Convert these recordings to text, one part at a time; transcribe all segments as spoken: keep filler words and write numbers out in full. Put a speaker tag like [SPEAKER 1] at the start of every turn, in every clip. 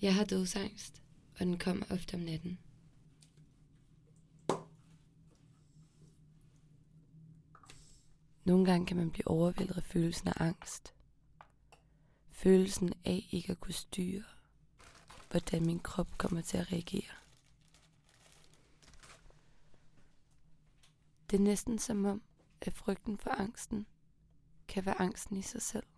[SPEAKER 1] Jeg har dødsangst, og den kommer ofte om natten. Nogle gange kan man blive overvældet af følelsen af angst. Følelsen af ikke at kunne styre, hvordan min krop kommer til at reagere. Det er næsten som om, at frygten for angsten kan være angsten i sig selv.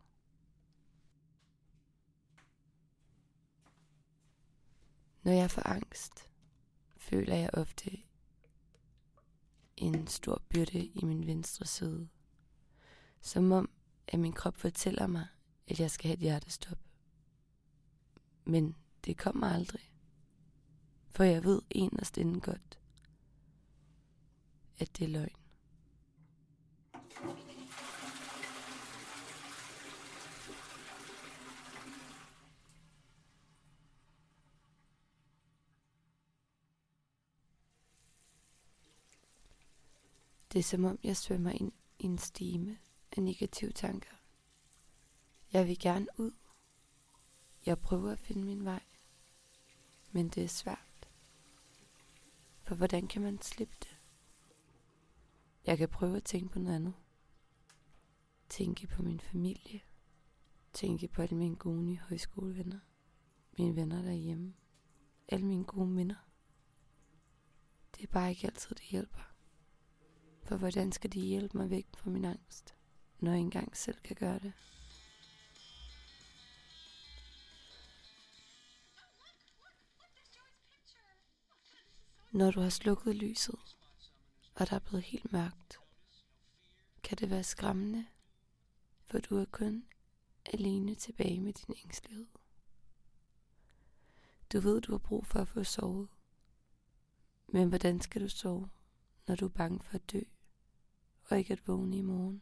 [SPEAKER 1] Når jeg får angst, føler jeg ofte en stor byrde i min venstre side. Som om, at min krop fortæller mig, at jeg skal have et hjertestop. Men det kommer aldrig. For jeg ved inderst inden godt, at det er løgn. Det er som om, jeg svømmer ind i en stime af negative tanker. Jeg vil gerne ud. Jeg prøver at finde min vej. Men det er svært. For hvordan kan man slippe det? Jeg kan prøve at tænke på noget andet. Tænke på min familie. Tænke på alle mine gode nye højskolevenner. Mine venner derhjemme. Alle mine gode minder. Det er bare ikke altid, det hjælper. For hvordan skal de hjælpe mig væk fra min angst, når jeg engang selv kan gøre det? Når du har slukket lyset, og der er blevet helt mørkt, kan det være skræmmende, for du er kun alene tilbage med din ængstelighed. Du ved, du har brug for at få sovet, men hvordan skal du sove, når du er bange for at dø, og ikke at vågne i morgen?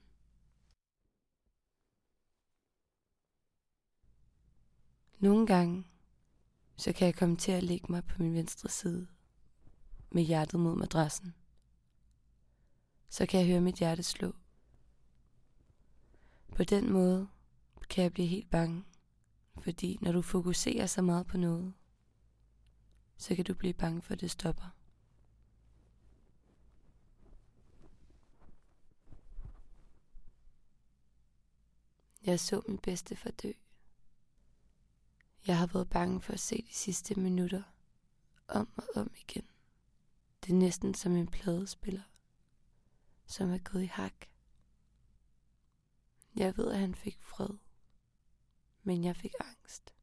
[SPEAKER 1] Nogle gange, så kan jeg komme til at lægge mig på min venstre side, med hjertet mod madrassen. Så kan jeg høre mit hjerte slå. På den måde kan jeg blive helt bange, fordi når du fokuserer så meget på noget, så kan du blive bange for, at det stopper. Jeg så min bedstefar dø. Jeg har været bange for at se de sidste minutter om og om igen. Det er næsten som en pladespiller, som er gået i hak. Jeg ved, at han fik fred, men jeg fik angst.